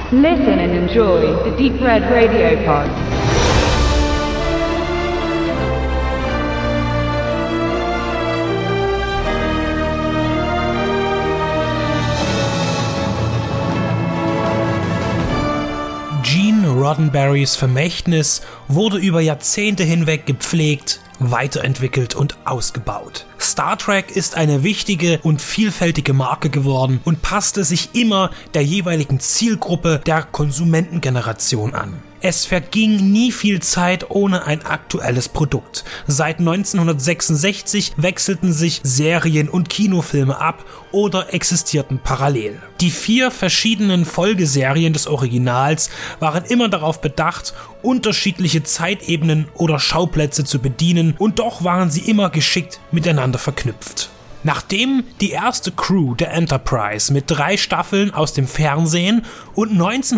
Listen and enjoy the Deep Red Radio Pod. Gene Roddenberrys Vermächtnis wurde über Jahrzehnte hinweg gepflegt, weiterentwickelt und ausgebaut. Star Trek ist eine wichtige und vielfältige Marke geworden und passte sich immer der jeweiligen Zielgruppe der Konsumentengeneration an. Es verging nie viel Zeit ohne ein aktuelles Produkt. Seit 1966 wechselten sich Serien und Kinofilme ab oder existierten parallel. Die 4 verschiedenen Folgeserien des Originals waren immer darauf bedacht, unterschiedliche Zeitebenen oder Schauplätze zu bedienen, und doch waren sie immer geschickt miteinander verknüpft. Nachdem die erste Crew der Enterprise mit 3 Staffeln aus dem Fernsehen und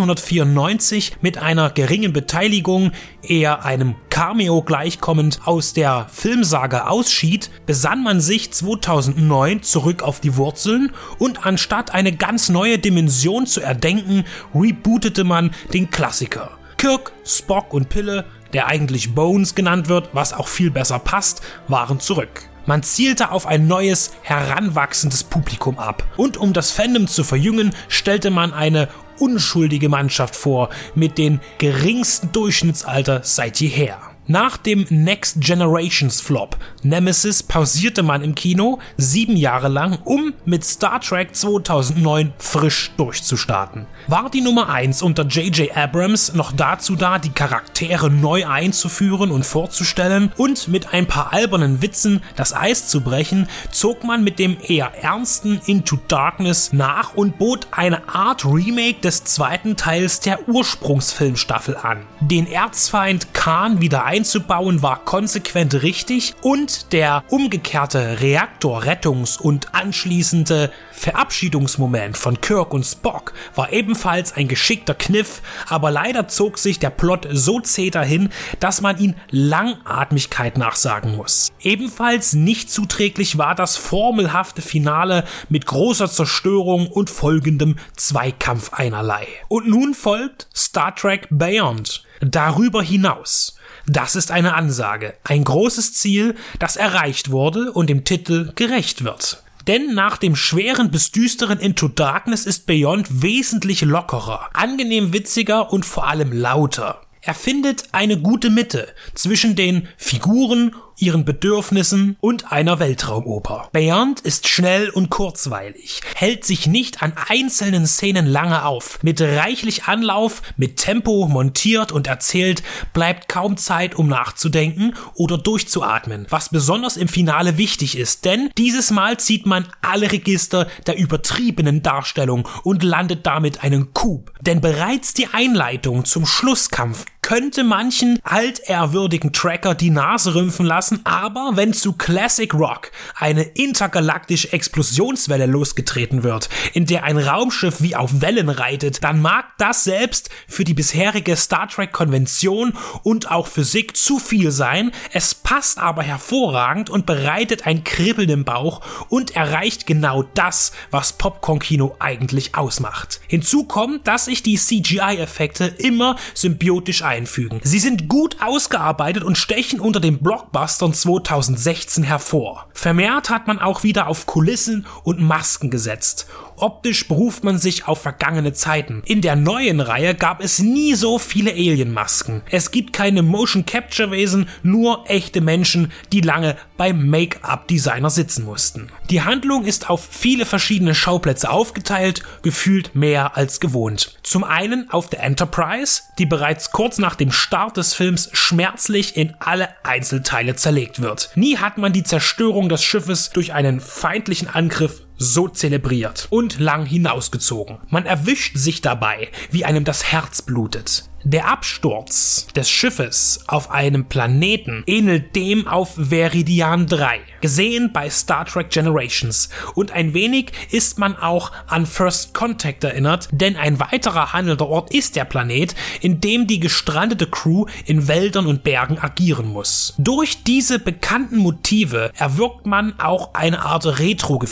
1994 mit einer geringen Beteiligung, eher einem Cameo gleichkommend, aus der Filmsaga ausschied, besann man sich 2009 zurück auf die Wurzeln und anstatt eine ganz neue Dimension zu erdenken, rebootete man den Klassiker. Kirk, Spock und Pille, der eigentlich Bones genannt wird, was auch viel besser passt, waren zurück. Man zielte auf ein neues, heranwachsendes Publikum ab. Und um das Fandom zu verjüngen, stellte man eine unschuldige Mannschaft vor, mit dem geringsten Durchschnittsalter seit jeher. Nach dem Next Generations Flop Nemesis pausierte man im Kino 7 Jahre lang, um mit Star Trek 2009 frisch durchzustarten. War die Nummer 1 unter J.J. Abrams noch dazu da, die Charaktere neu einzuführen und vorzustellen und mit ein paar albernen Witzen das Eis zu brechen, zog man mit dem eher ernsten Into Darkness nach und bot eine Art Remake des zweiten Teils der Ursprungsfilmstaffel an. Den Erzfeind Khan wieder einzubauen war konsequent richtig, und der umgekehrte Reaktor-Rettungs- und anschließende Verabschiedungsmoment von Kirk und Spock war ebenfalls ein geschickter Kniff, aber leider zog sich der Plot so zäh dahin, dass man ihn Langatmigkeit nachsagen muss. Ebenfalls nicht zuträglich war das formelhafte Finale mit großer Zerstörung und folgendem Zweikampf einerlei. Und nun folgt Star Trek Beyond. Darüber hinaus. Das ist eine Ansage, ein großes Ziel, das erreicht wurde und dem Titel gerecht wird. Denn nach dem schweren bis düsteren Into Darkness ist Beyond wesentlich lockerer, angenehm witziger und vor allem lauter. Er findet eine gute Mitte zwischen den Figuren, ihren Bedürfnissen und einer Weltraumoper. Beyond ist schnell und kurzweilig, hält sich nicht an einzelnen Szenen lange auf. Mit reichlich Anlauf, mit Tempo montiert und erzählt, bleibt kaum Zeit, um nachzudenken oder durchzuatmen, was besonders im Finale wichtig ist, denn dieses Mal zieht man alle Register der übertriebenen Darstellung und landet damit einen Coup. Denn bereits die Einleitung zum Schlusskampf könnte manchen altehrwürdigen Tracker die Nase rümpfen lassen, aber wenn zu Classic Rock eine intergalaktische Explosionswelle losgetreten wird, in der ein Raumschiff wie auf Wellen reitet, dann mag das selbst für die bisherige Star Trek-Konvention und auch Physik zu viel sein. Es passt aber hervorragend und bereitet ein Kribbeln im Bauch und erreicht genau das, was Popcorn-Kino eigentlich ausmacht. Hinzu kommt, dass sich die CGI-Effekte immer symbiotisch einfügen. Sie sind gut ausgearbeitet und stechen unter den Blockbustern 2016 hervor. Vermehrt hat man auch wieder auf Kulissen und Masken gesetzt. Optisch beruft man sich auf vergangene Zeiten. In der neuen Reihe gab es nie so viele Alien-Masken. Es gibt keine Motion-Capture-Wesen, nur echte Menschen, die lange beim Make-up-Designer sitzen mussten. Die Handlung ist auf viele verschiedene Schauplätze aufgeteilt, gefühlt mehr als gewohnt. Zum einen auf der Enterprise, die bereits kurz nach dem Start des Films schmerzlich in alle Einzelteile zerlegt wird. Nie hat man die Zerstörung des Schiffes durch einen feindlichen Angriff so zelebriert und lang hinausgezogen. Man erwischt sich dabei, wie einem das Herz blutet. Der Absturz des Schiffes auf einem Planeten ähnelt dem auf Veridian 3, gesehen bei Star Trek Generations, und ein wenig ist man auch an First Contact erinnert, denn ein weiterer handelnder Ort ist der Planet, in dem die gestrandete Crew in Wäldern und Bergen agieren muss. Durch diese bekannten Motive erwirkt man auch eine Art Retro-Gefühl.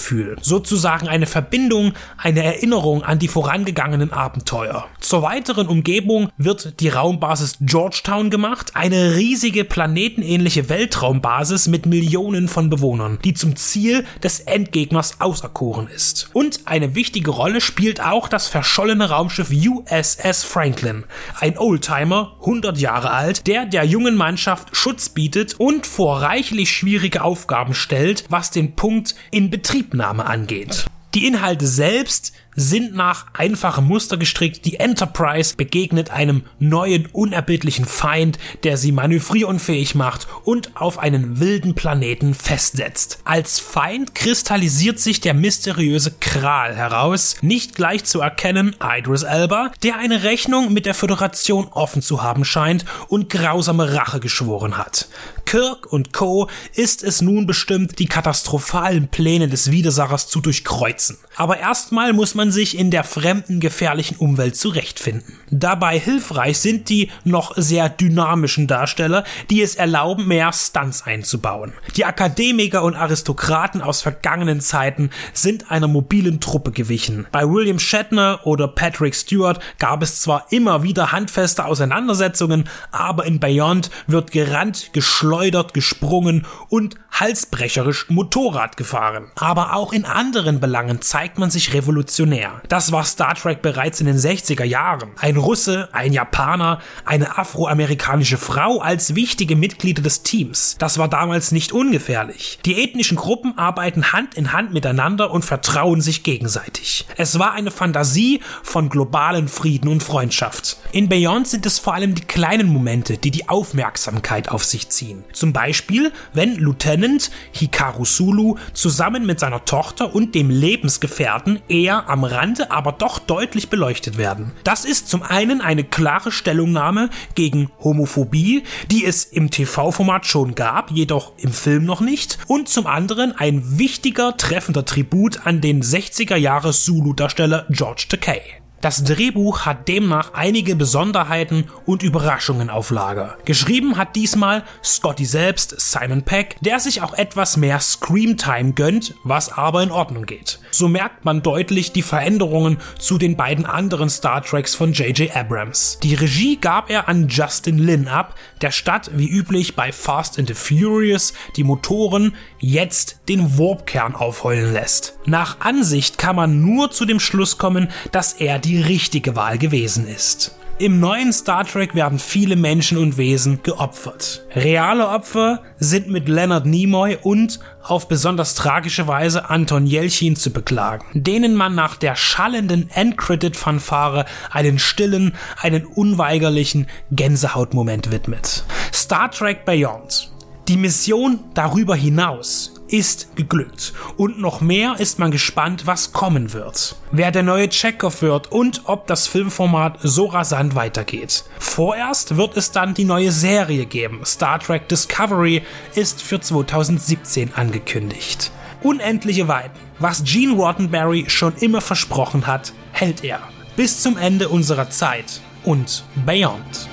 sozusagen eine Verbindung, eine Erinnerung an die vorangegangenen Abenteuer. Zur weiteren Umgebung wird die Raumbasis Georgetown gemacht, eine riesige planetenähnliche Weltraumbasis mit Millionen von Bewohnern, die zum Ziel des Endgegners auserkoren ist. Und eine wichtige Rolle spielt auch das verschollene Raumschiff USS Franklin, ein Oldtimer, 100 Jahre alt, der jungen Mannschaft Schutz bietet und vor reichlich schwierige Aufgaben stellt, was den Punkt Inbetriebnahme angeht. Die Inhalte selbst sind nach einfachem Muster gestrickt. Die Enterprise begegnet einem neuen, unerbittlichen Feind, der sie manövrierunfähig macht und auf einen wilden Planeten festsetzt. Als Feind kristallisiert sich der mysteriöse Kral heraus, nicht gleich zu erkennen Idris Elba, der eine Rechnung mit der Föderation offen zu haben scheint und grausame Rache geschworen hat. Kirk und Co. ist es nun bestimmt, die katastrophalen Pläne des Widersachers zu durchkreuzen. Aber erstmal muss man sich in der fremden, gefährlichen Umwelt zurechtfinden. Dabei hilfreich sind die noch sehr dynamischen Darsteller, die es erlauben, mehr Stunts einzubauen. Die Akademiker und Aristokraten aus vergangenen Zeiten sind einer mobilen Truppe gewichen. Bei William Shatner oder Patrick Stewart gab es zwar immer wieder handfeste Auseinandersetzungen, aber in Beyond wird gerannt, geschleudert, gesprungen und halsbrecherisch Motorrad gefahren. Aber auch in anderen Belangen zeigt man sich revolutionär. Das war Star Trek bereits in den 60er Jahren. Ein Russe, ein Japaner, eine afroamerikanische Frau als wichtige Mitglieder des Teams. Das war damals nicht ungefährlich. Die ethnischen Gruppen arbeiten Hand in Hand miteinander und vertrauen sich gegenseitig. Es war eine Fantasie von globalen Frieden und Freundschaft. In Beyond sind es vor allem die kleinen Momente, die die Aufmerksamkeit auf sich ziehen. Zum Beispiel, wenn Lieutenant Hikaru Sulu zusammen mit seiner Tochter und dem Lebensgefährten eher am Rande, aber doch deutlich beleuchtet werden. Das ist zum einen eine klare Stellungnahme gegen Homophobie, die es im TV-Format schon gab, jedoch im Film noch nicht, und zum anderen ein wichtiger, treffender Tribut an den 60er-Jahre Sulu-Darsteller George Takei. Das Drehbuch hat demnach einige Besonderheiten und Überraschungen auf Lager. Geschrieben hat diesmal Scotty selbst, Simon Pegg, der sich auch etwas mehr Screamtime gönnt, was aber in Ordnung geht. So merkt man deutlich die Veränderungen zu den beiden anderen Star Treks von J.J. Abrams. Die Regie gab er an Justin Lin ab, der statt wie üblich bei Fast and the Furious die Motoren jetzt den Warpkern aufheulen lässt. Nach Ansicht kann man nur zu dem Schluss kommen, dass er die richtige Wahl gewesen ist. Im neuen Star Trek werden viele Menschen und Wesen geopfert. Reale Opfer sind mit Leonard Nimoy und auf besonders tragische Weise Anton Jelchin zu beklagen, denen man nach der schallenden Endcredit-Fanfare einen stillen, einen unweigerlichen Gänsehautmoment widmet. Star Trek Beyond. Die Mission darüber hinaus ist geglückt und noch mehr ist man gespannt, was kommen wird. Wer der neue Chekhov wird und ob das Filmformat so rasant weitergeht. Vorerst wird es dann die neue Serie geben. Star Trek Discovery ist für 2017 angekündigt. Unendliche Weiten. Was Gene Roddenberry schon immer versprochen hat, hält er. Bis zum Ende unserer Zeit und Beyond.